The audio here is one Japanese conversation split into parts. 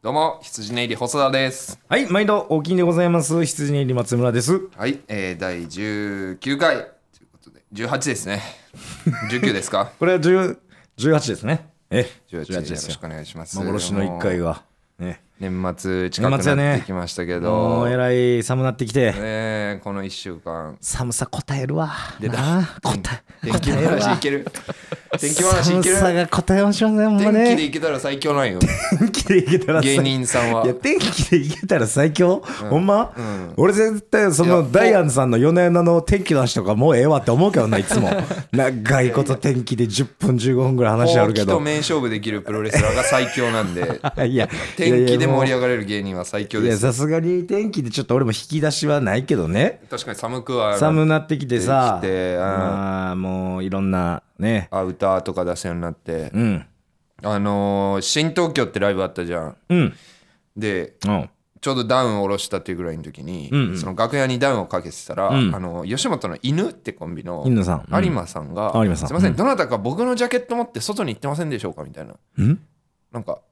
どうも羊ね入り細田です。 はい、毎度大きいでございます。羊ね入り松村です。 はい、第19回ということで18ですね。19ですか？ これは18ですね。 18です。よろしくお願いします。 幻の1回がね、 年末近くなってきましたけど、 もうえらい寒なってきて、 この1週間寒さ答えるわ。 出た。天気答えるわ。 話いける。天気話いける。 寒さが答えましょうね。もうね。 天気でいけたら最強なんよ。 天気でいけたら芸人さんは。 いや天気でいけたら最強。ほんま？俺絶対そのダイアンさんの夜な夜なの天気の話とかもうええわって思うけどな、いつも。長いこと天気で10分15分ぐらい話あるけど。 と名勝負できるプロレスラーが最強なんで。 いや天気で盛り上がれる芸人は最強です。 いやさすがに天気でちょっと俺も引き出しはないけどね。 確かに寒なってきてさ、もういろんなねアウターとか出すようになって、新東京ってライブあったじゃん。で、ちょうどダウンを下ろしたっていうぐらいの時に、その楽屋にダウンをかけてたら、吉本の犬ってコンビの有馬さんが、すいません、どなたか僕のジャケット持って外に行ってませんでしょうかみたいな、なんか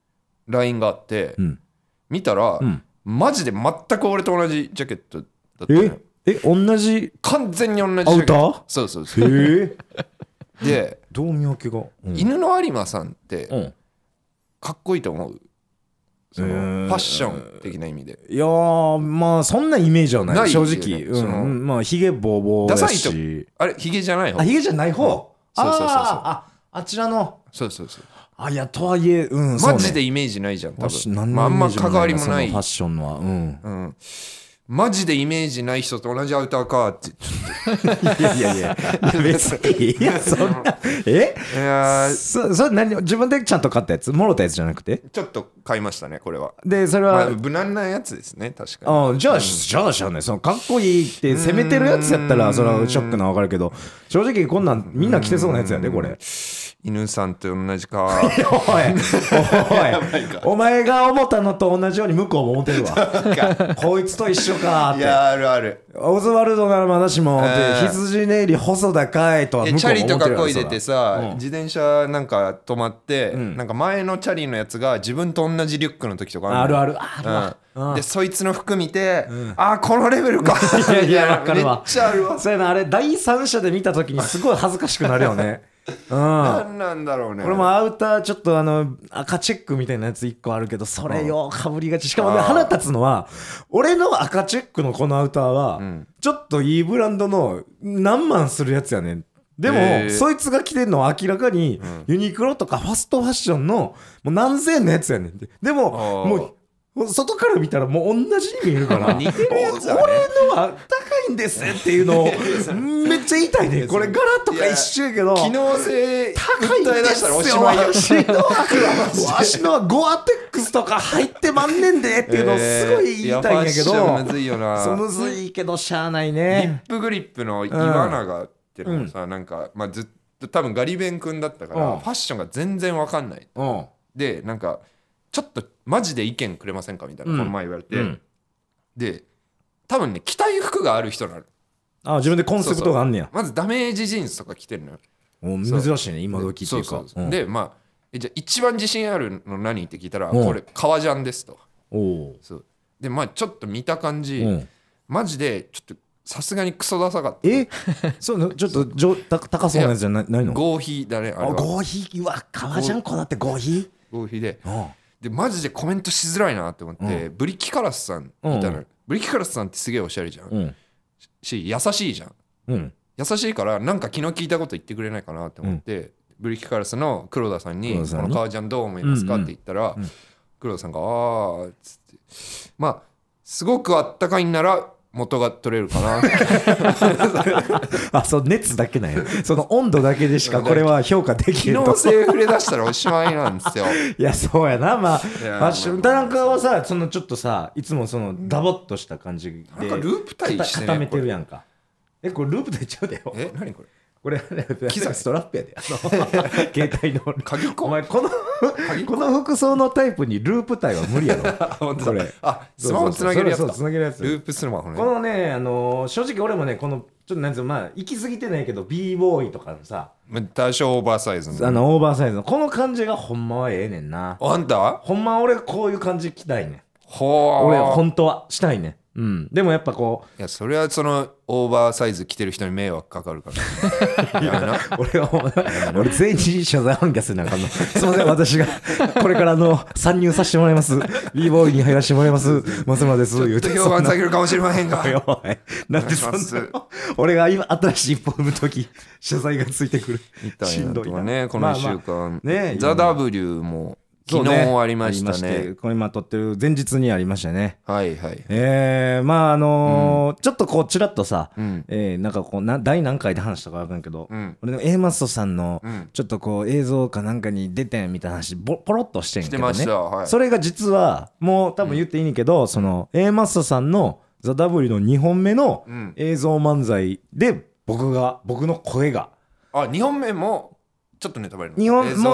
LINE があって、見たら、マジで全く俺と同じジャケットだったのよ。 同じ完全に同じジャケット。 アウター？ そうそうそう。で、 どう見分けが、 犬の有馬さんってかっこいいと思う？そのファッション的な意味で。 いやー、まあそんなイメージはない正直。まあヒゲボーボーだし。ダサいとあれヒゲじゃない方？ ヒゲじゃない方。 そうそうそうそう。 あちらの。 そうそうそう。 いやとはいえ、 マジでイメージないじゃん多分。あんま関わりもない。 ファッションのは。 マジでイメージない人と同じアウターかってちょっといや別にいやそんなそれ何自分でちゃんと買ったやつもろたやつじゃなくてちょっと買いましたねこれは。 でそれは、 無難なやつですね確かに。 じゃあねそのかっこいいって攻めてるやつやったらそれはショックなの分かるけど正直こんなんみんな着てそうなやつやでこれ。 犬さんと同じか。 お前が思ったのと同じように向こうも思ってるわ。こいつと一緒かって。 いやあるある。 オズワルドならまだしも羊ねり細田かいとは向こうも思ってる。 チャリとかこいでてさ、自転車なんか止まって、なんか前のチャリのやつが自分と同じリュックの時とかあるでそいつの服見て、このレベルか。 いや分かるわ。 めっちゃあるわ。 そうやなあれ第三者で見た時にすごい恥ずかしくなるよね。 何なんだろうね。 俺もアウターちょっと赤チェックみたいなやつ1個あるけどそれよかぶりがち。しかもね腹立つのは俺の赤チェックのこのアウターはちょっといいブランドの何万するやつやねん。でもそいつが着てるのは明らかにユニクロとかファストファッションのもう何千円のやつやねん。でももう外から見たらもう同じに見えるから似てるやつはね、 俺のは高いんですっていうのをめっちゃ言いたいね。これ柄とか一緒やけど機能性高いんですよ。わしのはゴアテックスとか入ってまんねんでっていうのをすごい言いたいんやけど、 むずいよな。 むずいけどしゃあないね。 リップグリップの岩永ってのもさ、なんかずっと多分ガリ勉くんだったからファッションが全然わかんない。でなんかちょっとマジで意見くれませんかみたいなこの前言われて、で多分ね着たい服がある人なの。 自分でコンセプトがあんねや。 まずダメージジーンズとか着てるのよ。 珍しいね今時っていうか。 でまあじゃあ一番自信あるの何って聞いたらこれ革ジャンですと。そうでまあちょっと見た感じマジでちょっとさすがにクソダサかった。 そうちょっと高そうなやつじゃないの？ 合皮だねあれは。 合皮うわ革ジャンこだって合皮でマジでコメントしづらいなって思って、ブリキカラスさんいたの。ブリキカラスさんってすげえおしゃれじゃん、し優しいじゃん、優しいからなんか気の利いたこと言ってくれないかなって思って、ブリキカラスの黒田さんに「この革ジャンどう思いますか?」って言ったら、黒田さんが「ああ」っつってまあすごくあったかいんなら元が取れるかな。 そう熱だけなんや。その温度だけでしかこれは評価できない。 機能性触れ出したらおしまいなんですよ。 いやそうやな。まあファッション田中はさそのちょっとさいつもそのダボっとした感じでなんかループタイしてね固めてるやんか。これループタイちゃうだよ。 何これこれ機材ストラップやで携帯の鍵子。 お前この服装のタイプにループタイは無理やろ。 本当だ。スマホつなげるやつだ。 つなげるやつ。 ループスマホね。 このね正直俺もねこのちょっとなんつうのまあ行き過ぎてないけど b ボーイとかのさ多少オーバーサイズオーバーサイズのこの感じがほんまはええねんな。 あんたほんま俺こういう感じ着たいねん。 ほー俺本当はしたいねん。うん、でもやっぱこういやそれはそのオーバーサイズ着てる人に迷惑かかるからやめな俺全員に謝罪反響するなあかんの。すいません私がこれから参入させてもらいます b ボーイに入らせてもらいます松村です言うて評判下げるかもしれませんがなんでそんな俺が今新しい一歩踏む時謝罪がついてくるしんどいなねこの1週間、 まあね、 ザ・ W も昨日ありましたね。 これ今撮ってる前日にありましたね。 はいはい。 まあちょっとこうちらっとさ、なんかこう第何回で話したか分からんけど、俺の A マッソさんのちょっとこう映像かなんかに出てんみたいな話ポロッとしてんけどね。 してました。はい。 それが実はもう多分言っていいねんけど、その A マッソさんのザ・ W の2本目の映像漫才で僕の声が。 あ、2本目も。ちょっとネタバレもう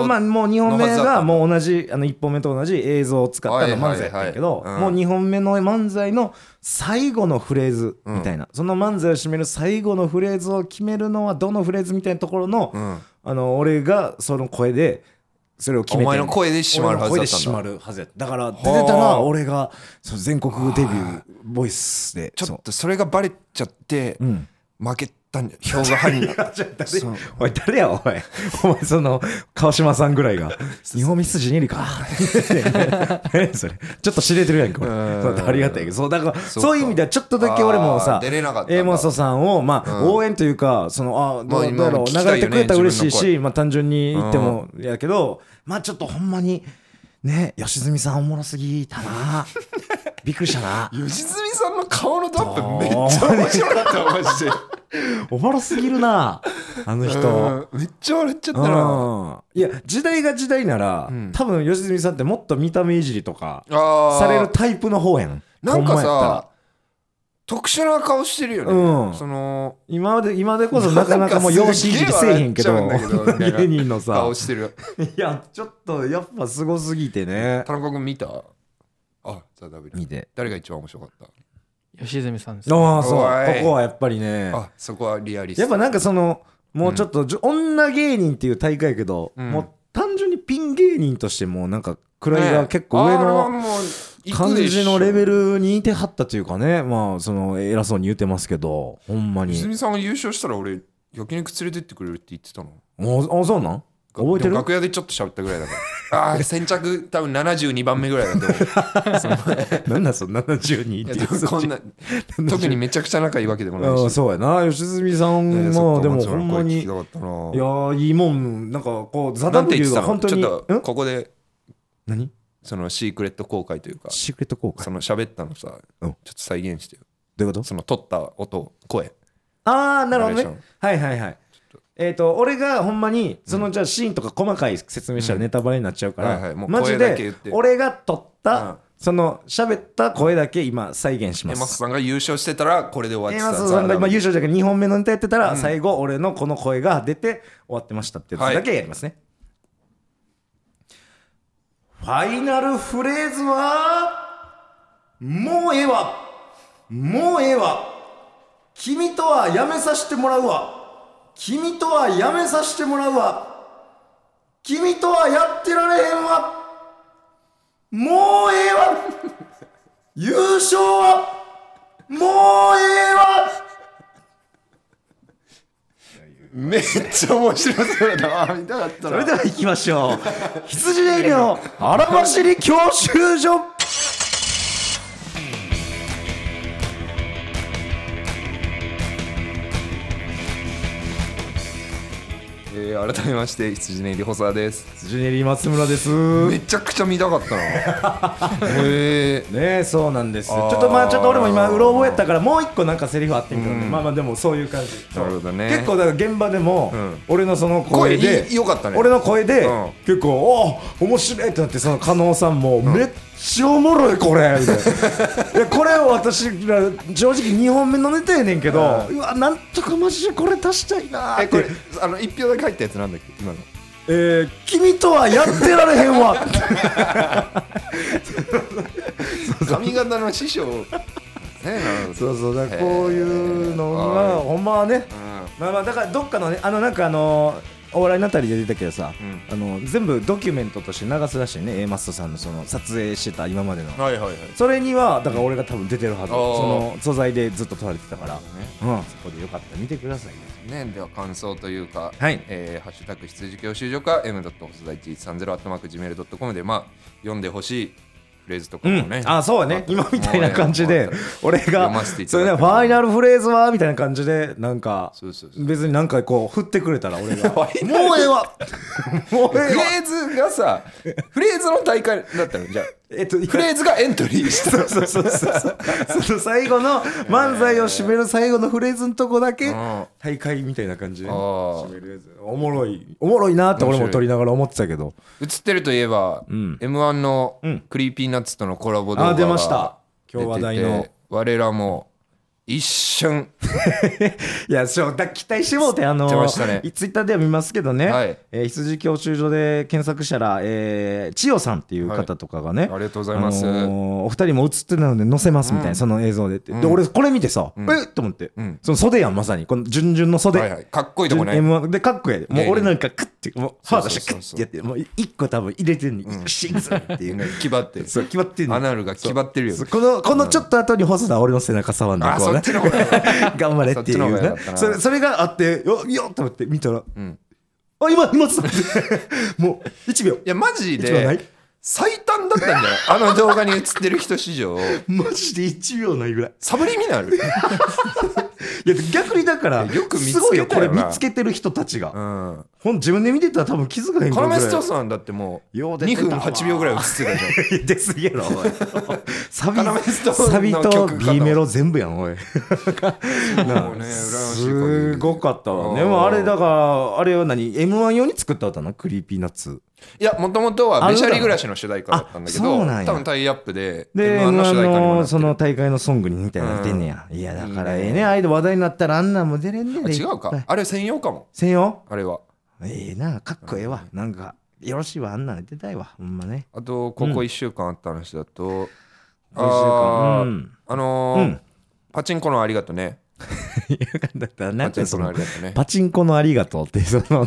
2本目がもう同じ1本目と同じ映像を使ったの漫才やったんやけど、もう2本目の漫才の最後のフレーズみたいな、その漫才を締める最後のフレーズを決めるのはどのフレーズみたいなところの、俺がその声でそれを決めて、お前の声で締まるはずだったんだ。 締まるはずやった。だから出てたら俺が全国デビューボイスでちょっとそれがバレちゃって負け票が入んなおい誰やお前その川島さんぐらいが日本ミスジネリかそれちょっと知れてるやんかありがたいけどそうだからそういう意味ではちょっとだけ俺もさ A マッソさんをまあ応援というかそのどうやろう流れてくれたら嬉しいしまあ単純に言ってもやけどまあちょっとほんまにね吉住さんおもろすぎたなびっくりしたな吉住さんの顔のタップめっちゃ面白かったマジでおもろすぎるなあの人めっちゃ笑っちゃったな。 いや時代が時代なら、多分吉住さんってもっと見た目いじりとかされるタイプの方やん。 なんかさ特殊な顔してるよね、その今でこそなかなかもう容姿いじりせえへんけど芸人のさ顔してるいやちょっとやっぱすごすぎてね。 田中君見た？あ、ザ・ W 見て誰が一番面白かった？ 吉住さんです、 ね、ああそうここはやっぱりねそこはリアリストやっぱなんかそのもうちょっと、女芸人っていう大会やけど、もう単純にピン芸人としてもなんか位が結構上の感じのレベルにいてはったというかねまあその偉そうに言ってますけどほんまに泉さんが優勝したら俺焼肉連れてってくれるって言ってたの。 あそうなん覚えてる？ 楽屋でちょっと喋ったぐらいだから先着多分72番目ぐらいだと思うなんだその72っていうこんな特にめちゃくちゃ仲いいわけでもないしそうやな吉住さんもでもほんまにいやいいもんなんかこうザ・ W が本当にちょっとここで何そのシークレット公開というかシークレット公開その喋ったのさちょっと再現してよ。 どういうこと？ その撮った音声ああなるほどねはいはいはい俺がほんまにそのじゃあシーンとか細かい説明したらネタバレになっちゃうからマジで俺が撮ったその喋った声だけ今再現します。 エマスさんが優勝してたらこれで終わってた。 エマスさんが今優勝じゃなくて2本目のネタやってたら最後俺のこの声が出て終わってましたっていうだけやりますね。ファイナルフレーズはもうええわもうええわ君とはやめさせてもらうわ君とはやめさせてもらうわ君とはやってられへんわもうええわ優勝はもうええわめっちゃ面白そうだな見たかったな。 それでは行きましょう羊ネイリの荒走り教習所。 改めまして羊ネイリ細田です。 羊ネイリ松村です。 めちゃくちゃ見たかったなねそうなんです。ちょっと俺も今うろ覚えやったからもう一個なんかセリフあってんけど、まあでもそういう感じ。 なるほどね。 結構だから現場でも俺のその声でよかったね。 俺の声で結構面白いってなってその加納さんもめっちゃおもろいこれみたいな。これを私ら正直2本目のネタやねんけど、うわなんとかマジでこれ足したいなって。 これ1票だけ入ったやつなんだっけ今の。 君とはやってられへんわ髪型の師匠そうそう、だからこういうのがほんまはね、まあまあだからどっかのね、なんかお笑いのあたりで出たけどさ、全部ドキュメントとして流すらしいね、 A マストさんのその撮影してた今までの、それにはだから俺が多分出てるはず、その素材でずっと撮られてたから、そこでよかったら見てくださいね。では感想というか、ハッシュタグ羊教習所か m. 細田1130@gmail.com でまあ読んでほしいフレーズとかもね、 そうね、今みたいな感じで俺がそれね、ファイナルフレーズはみたいな感じでなんか別になんかこう振ってくれたら俺がもうええわフレーズがさ、フレーズの大会だったのじゃあフレーズがエントリーしたそうその最後の漫才を締める最後のフレーズのとこだけ大会みたいな感じで締めるやつ、おもろいなって俺も撮りながら思ってたけど、 映ってるといえば M1 のクリーピーナッツとのコラボ動画が出ました。今日話題の我らも一瞬いや期待してもうてツイッターでは見ますけどね、羊教習所で検索したら千代さんっていう方とかがね、 ありがとうございます、 お二人も映ってるので載せますみたいな、その映像でで俺これ見てさと思って、その袖やん、まさにこの順々の袖、 かっこいいとこね M1 でかっこいい、もう俺なんかクッてもうハードしてクッてやってもう一個多分入れてんのシンズっていう決まってる、 決まってる、 アナルが決まってるよ、 このちょっと後に細田俺の背中触んのこうね頑張れっていうね、それがあってよっと思って見たら、今もう1秒、いやマジで最短だったんじゃないあの動画に映ってる人史上マジで1秒ないぐらいサブリミナルいや逆にだからよく見つけたよな、 すごいよこれ見つけてる人たちが、自分で見てたら多分気づかへんからぐらい。 カラメストさんだってもう2分8秒ぐらい映ってたじゃんですげえなお前サビと B メロ全部やんおいすごかったわ。でもあれだからあれは何 M1 用に作った歌なクリーピーナッツ。 いやもともとはべしゃり暮らしの主題歌だったんだけど、多分タイアップで M1 の主題歌にもなってる、 その大会のソングにみたいになってんねや。いやだからあれで話題になったらあんなんも出れんねんで。 違うか、あれ専用かも。 専用あれはな、かっこええわ、なんかよろしいわ、あんなの出たいわほんまね。 あとここ1週間あった話だと、パチンコのありがとねなんてそのパチンコのありがとうってその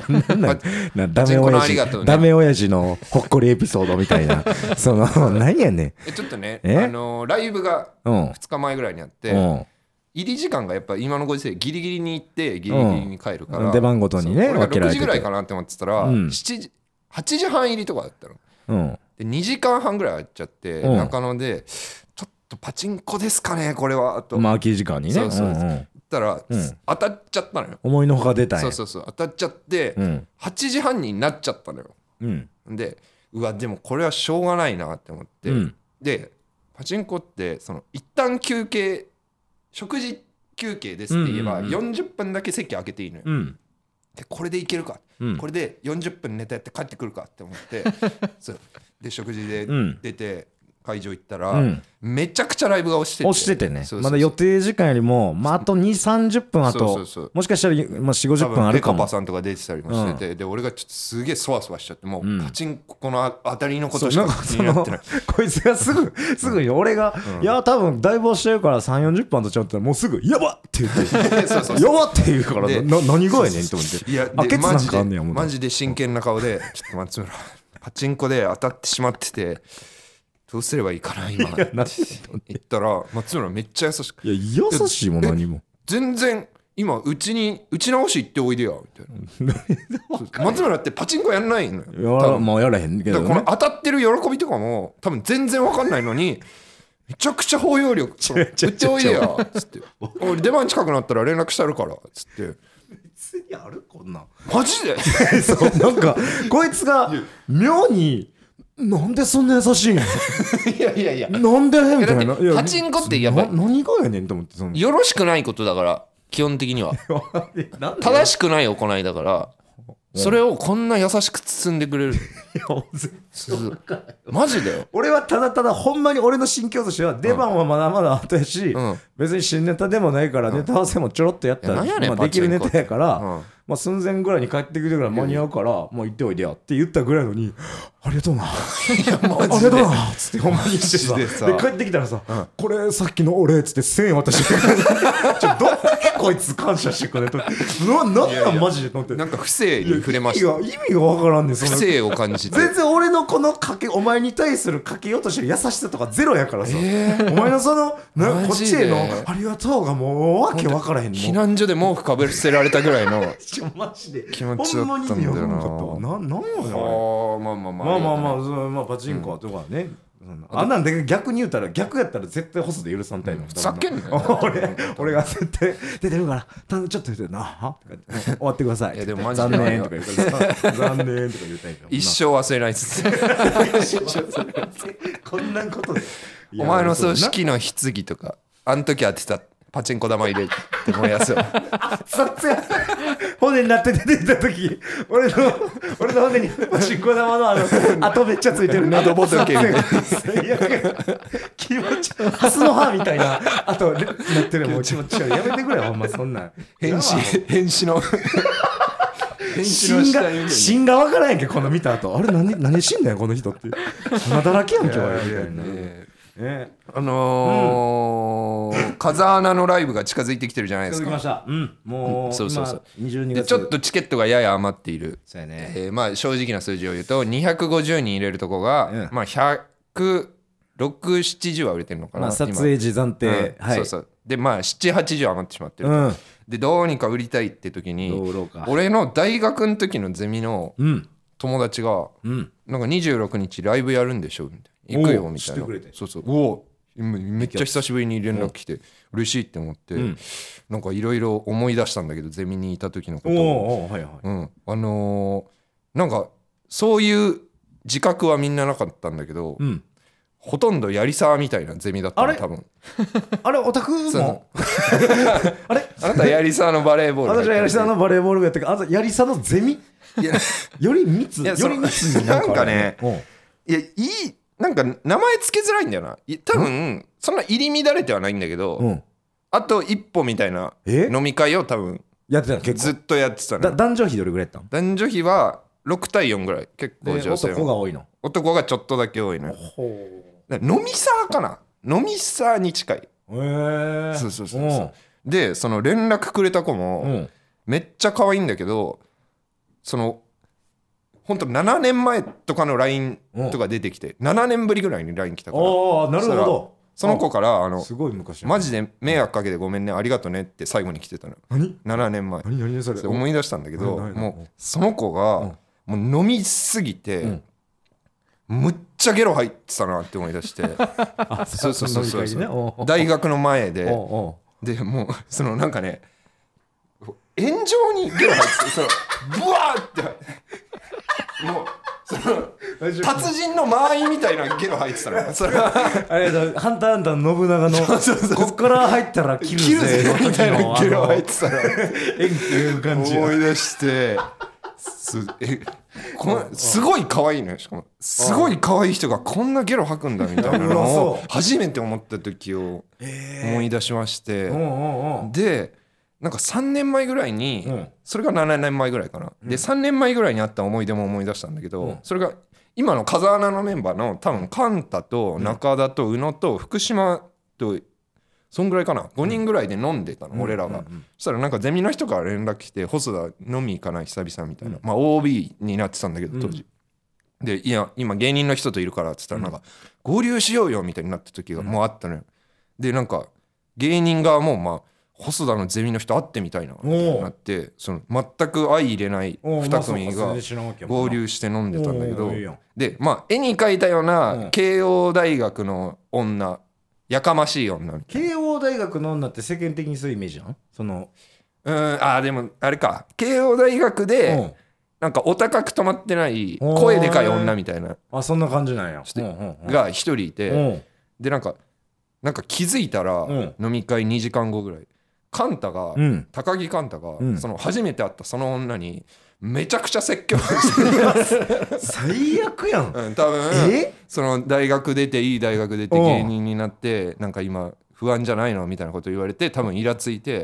ダメ親父のほっこりエピソードみたいなその何やねん。 ちょっとねライブが2日前ぐらいにあって、入り時間がやっぱ今のご時世ギリギリに行ってギリギリに帰るから、 出番ごとにね分けられてて、6時ぐらいかなって思ってたら、8時半入りとかだったの、で2時間半ぐらいあっちゃって、中野でちょっとパチンコですかねこれはと、 空き時間にね言ったら、当たっちゃったのよ。 思いのほか出たんや。 そう当たっちゃって、8時半になっちゃったのよ、ででもこれはしょうがないなって思って、でパチンコってその一旦休憩食事休憩ですって言えば40分だけ席開けていいのよ、でこれでいけるか、これで40分ネタやって帰ってくるかって思ってそうで食事で出て会場行ったら、めちゃくちゃライブが押しててね、 まだ予定時間よりも、あと 2,30 分あともしかしたら、4,50 分あるかも。 デカパさんとか出てたりもしてて、で俺がちょっとすげえそわそわしちゃって、もうパチンコの当たりのことしか気になってない。 こいつがすぐ俺がいや多分だいぶ押してるから 3,40 分あとちゃうってもうすぐやばって言ってやばって言うから何がやねんって思って、 いやマジで真剣な顔でちょっと松村パチンコで当たってしまっててどうすればいいかな今って言ったら松村めっちゃ優しく、 いや優しいも何も全然今うち直し行っておいでよみたいな松村ってパチンコやんないのよ。 もうやらへんけど、ね、 この当たってる喜びとかも多分全然分かんないのにめちゃくちゃ包容力売っておいでよつって俺出番近くなったら連絡してあるからつって別にあるこんなんマジでそうなんかこいつが妙になんでそんな優しいんやいやなんでみたいな。 パチンコってやっぱ何がやねんと思って、 よろしくないことだから基本的には正しくない行いだから、それをこんな優しく包んでくれるマジで俺はただただほんまに俺の心境としては出番はまだまだ後やし、別に新ネタでもないからネタ合わせもちょろっとやったらできるネタやから、 まあ、寸前ぐらいに帰ってくるぐらい間に合うからもう行っておいでやって言ったぐらいのにありがとうなありがとうなっつってほんまにしてさで帰ってきたらさ、これさっきのお礼っつって1000円渡してくれるどんだけこいつ感謝してくれとってなんなんマジでと思ってなんか不正に触れました。 意味が分からんねん。 不正を感じて全然俺のこのお前に対するかけようとしてる優しさとかゼロやからさ、お前のそのこっちへのありがとうがもうわけ分からへんの。 避難所で毛布かぶせられたぐらいのマジで気持ちだったんだよな。 まあパチンコとかね、あんなんで逆に言うたら逆やったら絶対ホスで許さんたいの。 ふざけんなよ俺が絶対出てるからちょっと出てるな終わってください。 いやでもマジで残念とか言うから残念とか言うたい一生忘れないっすこんなことでお前の葬式の棺とかあん時当てたパチンコ玉入れて燃やすよ熱々骨になって出てきた時俺の骨にパチンコ玉の跡めっちゃついてるね。 跡ボトル系最悪気持ちハスの葉みたいな跡なってるもう気持ち悪いやめてくれほんまそんなん変死の芯が分からんやんけこの見た後あれ何死んだよこの人って花だらけやんけ俺みたいな。 風穴のライブが近づいてきてるじゃないですか。 近づきました。もうそう 22月でちょっとチケットがやや余っている。 そうやね。 まあ正直な数字を言うと250人入れるとこが、まあ160、70は売れてるのかな、 まあ、撮影時暫定、はい、 そうそうでまあ7、80余ってしまってると、でどうにか売りたいって時に俺の大学の時のゼミの友達が、なんか26日ライブやるんでしょみたいな行くよみたいな。そうそうおおめっちゃ久しぶりに連絡来て嬉しいって思って、なんかいろいろ思い出したんだけどゼミにいた時のことを、なんかそういう自覚はみんななかったんだけど、ほとんどやりさみたいなゼミだったの多分。 あれオタクもあれあなたやりさのバレーボール私はやりさのバレーボールやったけどあなたやりさのゼミより密になんかねいやいいなんか名前つけづらいんだよな多分そんな入り乱れてはないんだけど、あと一歩みたいな飲み会を多分やってた結構ずっとやってたの。 男女比どれぐらいやったの？ 男女比は6対4ぐらい結構女性男が多いの？ 男がちょっとだけ多いの。飲みサーかな飲みサーに近い。そうでその連絡くれた子もめっちゃ可愛いんだけどそのほんと7年前とかの LINE とか出てきて7年ぶりぐらいに LINE 来たからなるほどその子からすごい昔マジで迷惑かけてごめんねありがとねって最後に来てたの。7年前何それ思い出したんだけどもうその子がもう飲みすぎてむっちゃゲロ入ってたなって思い出してそう大学の前でもうそのなんかね炎上にゲロ入ってそのブワーってもうその達人の間合いみたいなゲロ入ってたの。それはあれだハンターハンターの信長のこっから入ったら切るぜみたいなゲロ入ってたのいう感じ思い出してすごい可愛いのよ。しかもすごい可愛い人がこんなゲロ吐くんだみたいなのを初めて思った時を思い出しまして、でなんか3年前ぐらいに、それが7年前ぐらいかな、で3年前ぐらいにあった思い出も思い出したんだけど、それが今の風穴のメンバーの多分カンタと中田と宇野と福島とそんぐらいかな5人ぐらいで飲んでたの、俺らが。そしたらなんかゼミの人から連絡来て細田飲み行かない久々みたいな、まあ OB になってたんだけど当時、でいや今芸人の人といるからって言ったらなんか合流しようよみたいになった時がもうあったのよ。でなんか芸人側もまあ細田のゼミの人会ってみたいなってなってその全く相入れない2組が合流して飲んでたんだけど、でまあ絵に描いたような慶応大学の女やかましい女。 慶応大学の女って世間的にそういうイメージなの？そのでもあれか慶応大学でなんかお高く止まってない声でかい女みたいなそんな感じなんやが一人いて、でなんか気づいたら飲み会2時間後ぐらいカンタが高木カンタがその初めて会ったその女にめちゃくちゃ説教して最悪やん、 多分その大学出ていい大学出て芸人になってなんか今不安じゃないのみたいなこと言われて多分イラついて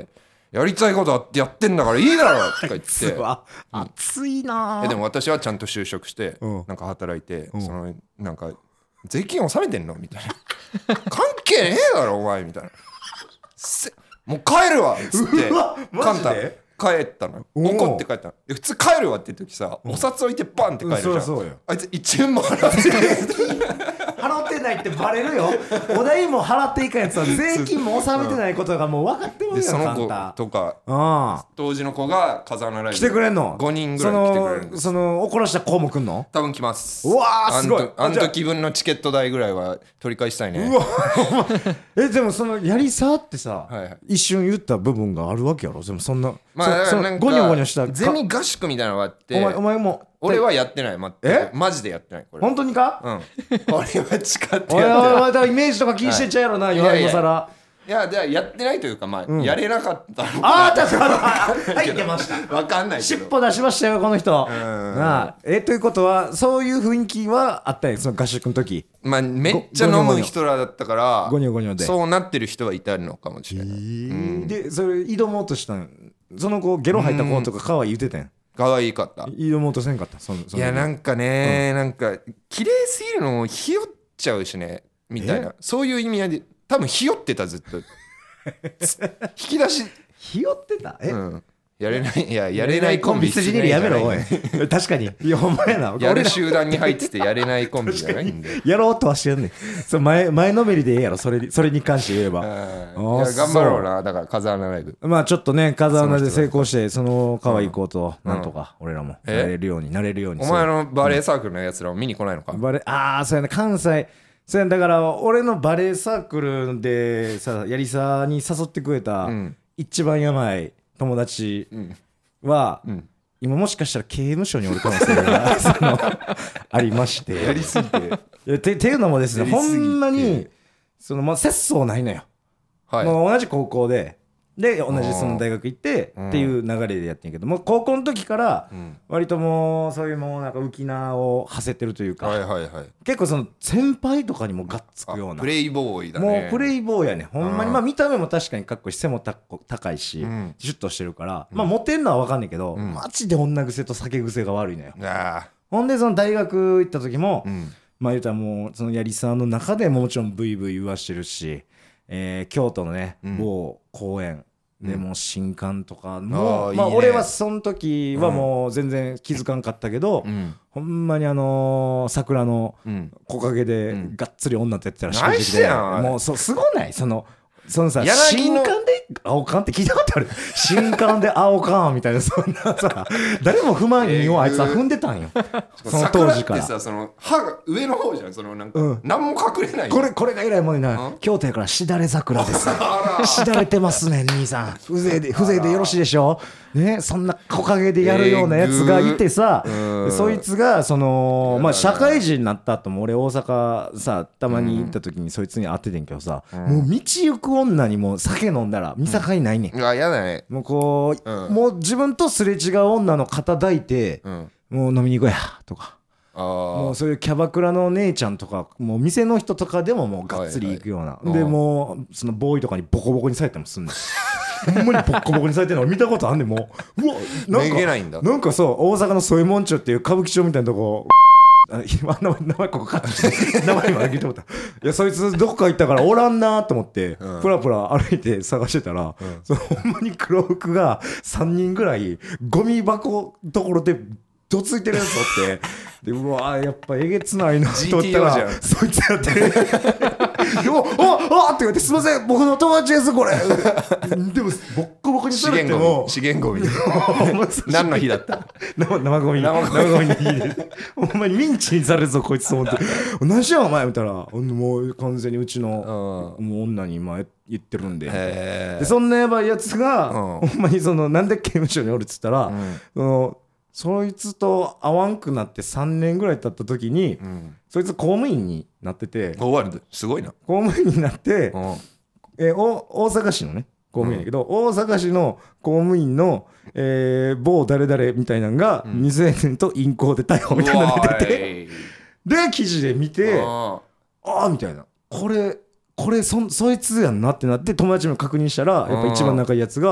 やりたいことあってやってんだからいいだろとか言って熱いな。 でも私はちゃんと就職してなんか働いてそのなんか税金納めてんのみたいな関係ねえだろお前みたいなもう帰るわっつってカンタ帰ったの怒って帰ったので普通帰るわって時さお札置いてバンって帰るじゃんあいつ1円も払って払ってないってバレるよ。お代も払っていかんやつは税金も納めてないことがもう分かってますよ。 でその子とか当時の子が風穴ライブ来てくれんの 5人ぐらい来てくれるんです。 その怒らした子も来んの？ 多分来ます。 うわーすごい。 あん時分のチケット代ぐらいは取り返したいね。 うわでもそのやりさってさ、一瞬言った部分があるわけやろ。でもそんなまあそのゴニョゴニョしたゼミ合宿みたいなのがあってお前も俺はやってない。マジでやってないこれ。 本当にか？ うん俺は誓ってやってない。おいイメージとか気にしてんちゃうやろな。今更いややってないというかまあやれなかったのかな。 ああ確かに入ってました。 分かんないけど尻尾出しましたよこの人。ということはそういう雰囲気はあったよその合宿の時。 まあめっちゃ飲む人らだったからゴニョゴニョでそうなってる人はいたのかもしれない。 でそれ挑もうとしたんその子ゲロ吐いた子とか可愛い言ってたん。 可愛かった。 挑もうとせんかった。 いやなんかねなんか綺麗すぎるのをひよっちゃうしねみたいなそういう意味合いで多分ひよってたずっと引き出しひよってたやれないコンビ羊にやめろおい確かにいやお前なやる集団に入っててやれないコンビじゃないんでやろうとはしてんねんそう前のめりでええやろそれに関して言えばいや頑張ろうなだから風穴ライブまあちょっとね風穴で成功してその可愛い子となんとか俺らもなれるようにお前のバレエサークルのやつらを見に来ないのかそうやね関西そうやだから俺のバレエサークルでさやりさに誘ってくれた一番やばい友達は今もしかしたら刑務所におる可能性がありましてやりすぎてっていうのもですねほんまに節操ないのよ、もう同じ高校で同じその大学行ってっていう流れでやってんけども高校の時から割ともうそういうもうなんか浮き名を馳せてるというか結構その先輩とかにもがっつくようなプレイボーイだねもうプレイボーイやねほんまにまあ見た目も確かにかっこいいし背も高いしシュッとしてるからまあモテんのは分かんないけどマジで女癖と酒癖が悪いのよほんでその大学行った時もまあ言うたらもうそのやりさんの中でももちろんブイブイ言わしてるし京都のね某公園でも新館とかもまあ俺はその時はもう全然気づかんかったけどほんまに桜の木陰でがっつり女とやってたらしいでもうすごないそのさ新館で青缶って聞いたことある新館で青缶みたいなそんなさ誰も不満意をあいつは踏んでたんよその当時から桜ってさその歯が上の方じゃんそのなんか何も隠れないこれが偉いもんにな京都やからしだれ桜ですしだれてますね兄さん風情でよろしいでしょねそんな木陰でやるようなやつがいてさそいつがまあ社会人になった後も俺大阪さたまに行った時にそいつに会っててんけどさもう道行く女にも酒飲んだら見境ないねんやだねもうこうもう自分とすれ違う女の肩抱いてもう飲みに行こうやとかもうそういうキャバクラの姉ちゃんとかもう店の人とかでももうがっつり行くようなでもうそのボーイとかにボコボコにされてもすんねんほんまにボッコボコにされてるの見たことあんねんもううわなんかそう大阪の添右衛門町っていう歌舞伎町みたいなとこ今名前ここカットして名前今聞いてもらったいやそいつどこか行ったからおらんなと思ってプラプラ歩いて探してたらほんまに黒服が3人ぐらいゴミ箱ところでどついてるやつおってでうわやっぱえげつないなと思ったらそいつやってでもあって言われてすいません僕の友達ですこれでもボッコボコにされても資源ゴミ何の日だった生ゴミの日でほんまにミンチにされるぞこいつと思って何しようお前見たらもう完全にうちのもう女に今言ってるんでそんなやばいやつがほんまになんで刑務所におるっつったらそいつと会わんくなって3年ぐらい経った時に、そいつ公務員になっててすごいな公務員になって、大阪市のね公務員だけど、大阪市の公務員の、某誰々みたいなのが未成年と淫行で逮捕みたいなのが出ててで記事で見てああみたいなこれそいつやんなってなって友達も確認したらやっぱ一番仲いいやつが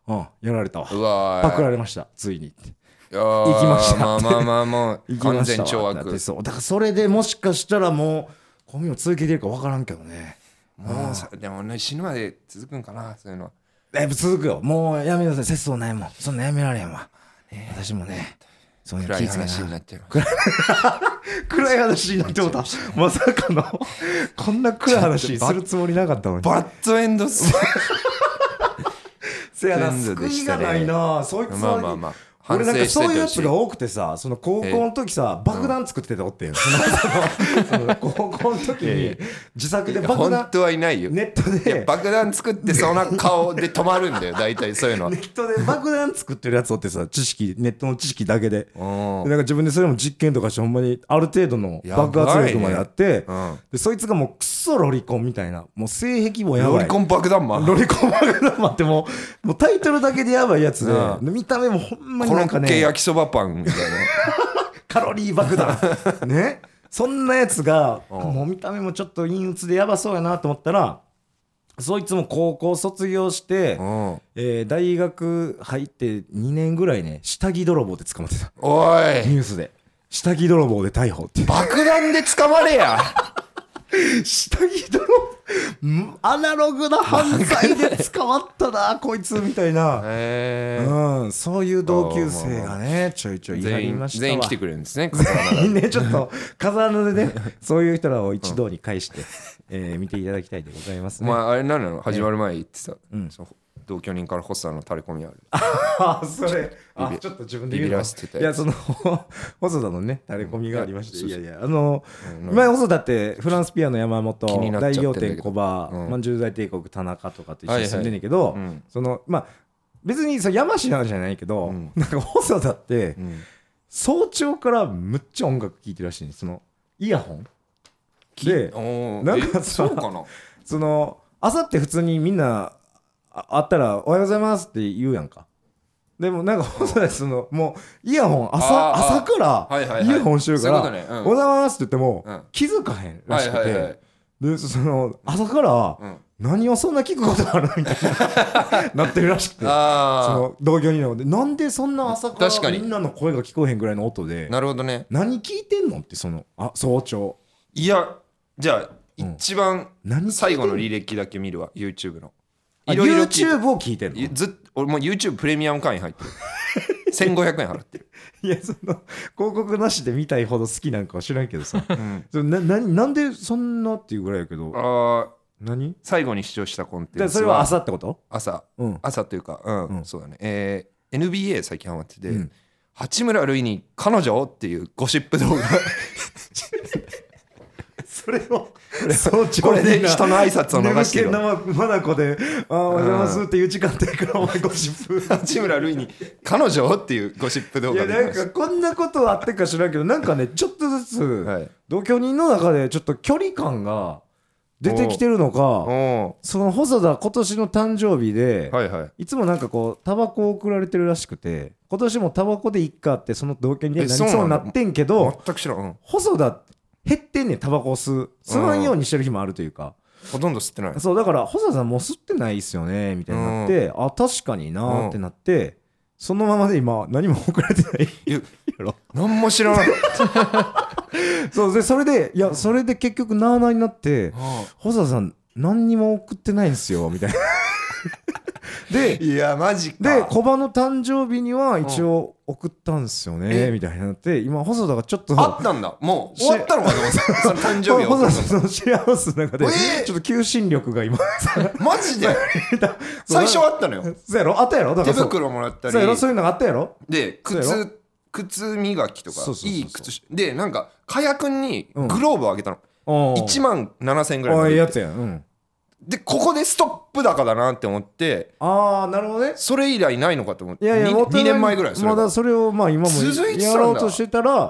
やられたわ。 うわパクられましたついにって。 行きましたまあまあまあもう完全懲懲悪。 そうだからそれでもしかしたらもうコンビも続けてるか分からんけどね。 もうさでもね死ぬまで続くんかなそういうのは。 続くよ。もうやめなさい。節操ないもん。そんなやめられへんわ。私もねそういう暗い話になっちゃう。 暗い話になってもた。まさかのこんな暗い話するつもりなかったのに。 バッドエンドスせやな、救いがないな。そいつはまあまあまあ俺なんかそういうやつが多くてさ、その高校の時さ爆弾作ってたおってん。その高校の時に自作で爆弾、 本当はいないよ。 ネットで爆弾作ってそんな顔で止まるんだよ大体そういうのは。 ネットで爆弾作ってるやつおってさ、知識ネットの知識だけで、 なんか自分でそれも実験とかしてほんまにある程度の爆発力まであって、でそいつがもうクソロリコンみたいな、もう性癖もやばいロリコン爆弾マン。 ロリコン爆弾マンってもうタイトルだけでやばいやつで、見た目もほんまになんかね、 コロッケ焼きそばパンみたいなカロリー爆弾ね、そんなやつがもう見た目もちょっと陰鬱でやばそうやなと思ったら、そいつも高校卒業して、大学入って2年ぐらいね、下着泥棒で捕まってた。 おいニュースで下着泥棒で逮捕って爆弾で捕まれや下着泥棒アナログな犯罪で捕まったなこいつみたいな、そういう同級生がねちょいちょいいはりましたわ。 全員来てくれるんですね全員ねちょっと風穴でねそういう人らを一堂に会して、見ていただきたいでございますね。 お前あれ何なの、始まる前言ってた、同居人から細田の垂れ込みある。 それちょっと自分で言うの。いやその細田のね垂れ込みがありまして、いや前細田ってフランスピアノ山本、大仰天小葉、まんじゅう大帝国田中とかと一緒に住んでんねんけど、そのまあ別に山氏なんじゃないけど、なんか細田って早朝からむっちゃ音楽聴いてるらしいんです。そのイヤホンでなんかさ、その朝って普通にみんなあったらおはようございますって言うやんか。でもなんか細田そのもうイヤホン朝からイヤホンしてるからおはようございますって言っても気づかへんらしくて、でその朝から何をそんな聞くことあるみたいななってるらしくて、その同居人なので、なんでそんな朝からみんなの声が聞こえへんぐらいの音で、なるほどね、何聞いてんのってその早朝。 いやじゃあ一番最後の履歴だけ見るわ YouTube の。 YouTube を聞いてるの。 俺もう YouTube プレミアム会員入ってる1500円払ってる。 いやその広告なしで見たいほど好きなんかは知らんけどさ、なんでそんなっていうぐらいやけど、何最後に視聴したコンテンツはそれは朝ってこと？朝というかそうだね、NBA 最近ハマってて、八村塁に彼女っていうゴシップ動画それを早朝これで人の挨拶を逃してるまだこでおはようございますっていう時間帯からお前ゴシップ八村塁に彼女っていうゴシップ動画で、いやなんかこんなことあってか知らんけど、なんかねちょっとずつ同居人の中でちょっと距離感が出てきてるのか、その細田今年の誕生日で、いつもなんかこうタバコを送られてるらしくて、今年もタバコでいっかってその同居人で何そうなってんけど、全く知らん。細田減ってんねん、タバコを吸わんようにしてる日もあるというか、ほとんど吸ってない。そうだから細田さんもう吸ってないっすよねみたいになって、確かになーってなって、そのままで今何も送られてないやろ。何も知らなかったそうでそれで結局なーなーになって、細田さん何にも送ってないんすよみたいなで、いやマジか。で小葉の誕生日には一応送ったんすよねみたいになって、今細田がちょっとあったんだ、もう終わったのかと思ってその誕生日を細田さんのシェアハウスの中でちょっと求心力が今マジで最初あったのよ。そうやろ、あったやろ。だから手袋もらったり、そうやろ、そういうのがあったやろ。で靴磨きとかいい靴で、なんかかやくんにグローブをあげたの、1万7000円ぐらいのやつやん。でここでストップ高だなって思って、なるほどね。それ以来ないのかと思って、2年前ぐらいそれまだそれを今もやろうとしてたら、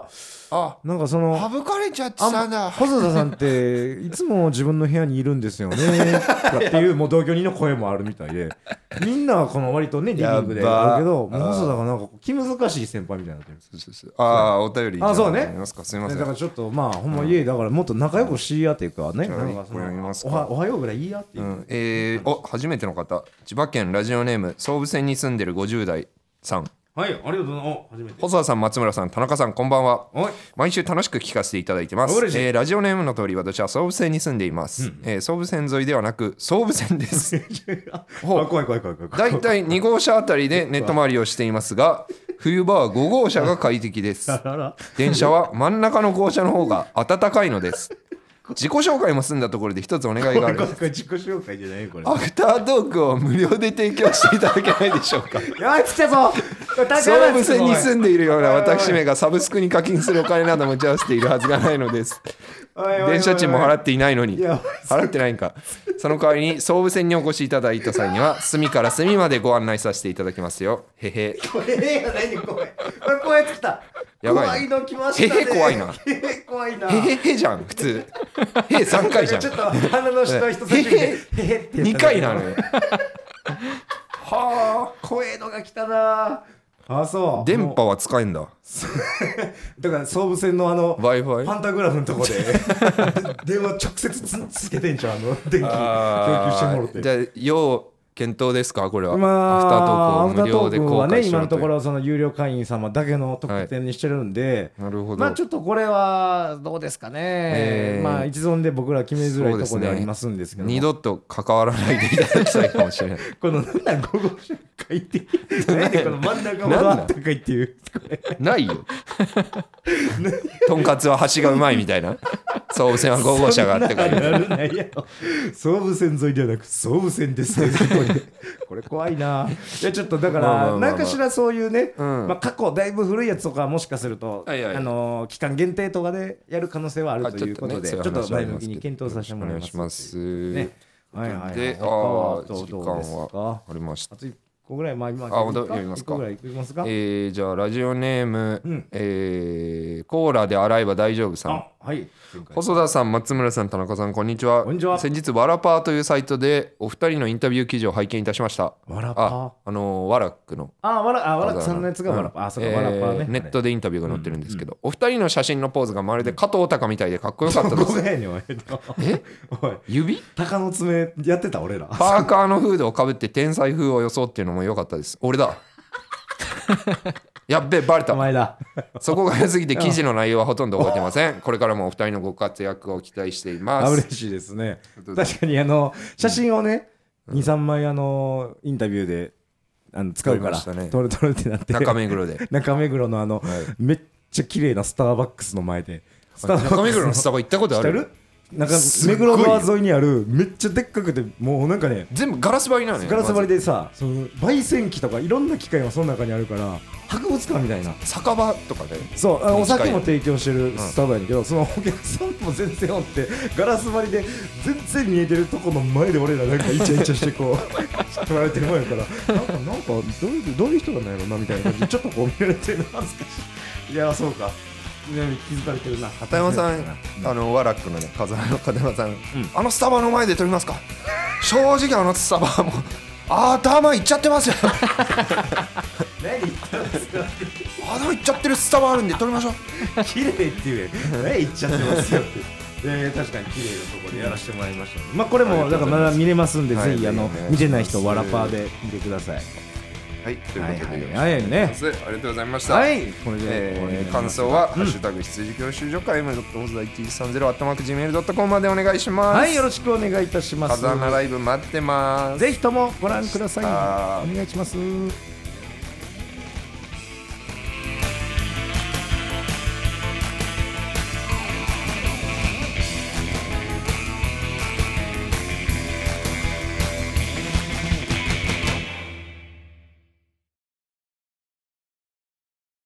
なんかその省かれちゃってたんだ。 細田さんっていつも自分の部屋にいるんですよねとかっていうもう同居人の声もあるみたいで、みんなはこの割とねリビングであるけど、もう細田がなんか気難しい先輩みたいになってる。 お便りそうね。 すみません。 だからちょっとまあほんま家だからもっと仲良くしいやっていうかね、なんかおはようぐらいいいやっていう。 初めての方、千葉県ラジオネーム総武線に住んでる50代さん。 はい、ありがとうございます。初めて。 細田さん、松村さん、田中さん、こんばんは。毎週楽しく聞かせていただいてます。ラジオネームの通り、私は総武線に住んでいます。総武線沿いではなく、総武線です。 怖い。 だいたい2号車あたりでネット回りをしていますが、冬場は5号車が快適です。電車は真ん中の号車の方が暖かいのです。自己紹介も済んだところで一つお願いがある。 自己紹介じゃないこれ。 アフタートークを無料で提供していただけないでしょうか。 やばい、来たぞ。 総武線に住んでいるような私めがサブスクに課金するお金など持ち合わせているはずがないのです。電車賃も払っていないのに。払ってないんか。その代わりに総武線にお越しいただいた際には隅から隅までご案内させていただきますよ。へへ。 これが何これ。こうやってきた。 やばい、 怖いの来ましたね。 へへ怖いな。 怖いな。 へへへじゃん普通。へ3回じゃん。 ちょっと鼻の下人差し指でへへって 2回なのよ。はあ。怖いのが来たな。そう。 電波は使えんだ。 だから総武線の Wi-Fi？ パンタグラフのとこで電話直接つけてんじゃん、電気供給してもろて。 じゃあ要検討ですかこれは。 まあ、 アフタートークを無料で公開しようという。 今のところその有料会員様だけの特典にしてるんで、 なるほど。 まあちょっとこれはどうですかね。まあ一存で僕ら決めづらいところでありますんですけども、 二度と関わらないでいただきたいかもしれない。 このなん午後紹介って何でこの真ん中ほどあったかいっていうないよ。とんかつは端がうまいみたいな。総武線は5号車があってから。 総武線沿いではなく総武線ですね。これ怖いな。いやちょっとだから何かしらそういうね、まあ過去だいぶ古いやつとかもしかすると期間限定とかでやる可能性はあるということで、ちょっと前向きに検討させてもらいます。 ね。 はいはい。 で、時間はありました。 個ぐらい今読みますか。 じゃあラジオネーム、コーラで洗えば大丈夫さん。細田さん、松村さん、田中さん、こんにちは。先日ワラパーというサイトでお二人のインタビュー記事を拝見いたしました。 ワラパー？ワラックの。 ワラックさんのやつがワラパー。そうか、ワラパーね。 ネットでインタビューが載ってるんですけど、お二人の写真のポーズがまるで加藤鷹みたいでかっこよかったです。指？ 鷹の爪やってた俺ら。 パーカーのフードをかぶって天才風を装っていうのも良かったです。俺だ。やっべえバレた。 お前だ。 そこが良すぎて記事の内容はほとんど覚えてません。これからもお二人のご活躍を期待しています。 嬉しいですね。確かに写真をね 2,3 枚インタビューで使うから撮るってなって、 中目黒で中目黒のめっちゃ綺麗なスターバックスの前で。 中目黒のスタバ行ったことある？ なんか目黒川沿いにあるめっちゃでっかくてもうなんかね全部ガラス張りなのよ。 ガラス張りでさ、その焙煎機とかいろんな機械がその中にあるから博物館みたいな。 酒場とかでそうお酒も提供してるスタバやけど、そのお客さんも全然おってガラス張りで全然見えてるとこの前で俺らなんかイチャイチャしてこう撮られてるもんやからなんかどういう人なんだろうなみたいな感じでちょっとこう見られてるの恥ずかしい。いやそうか。気づかれてるな。 片山さん、ワラックのね、風間の片山さん、あのスタバの前で撮りますか。正直あのスタバはもう頭いっちゃってますよ。 何言ったんですか。 いっちゃってるスタバあるんで撮りましょう。 綺麗って言うね。いっちゃってますよって。確かに綺麗なとこでやらせてもらいました。まあこれもだからまだ見れますんで、ぜひ見てない人ワラパーで見てください。はい、ということで、ありがとうございました。はい、これで感想はハッシュタグ羊教習所か m.oza1130@gmail.com までお願いします。 はい、よろしくお願いいたします。 風穴ライブ待ってます。 ぜひともご覧ください。お願いします。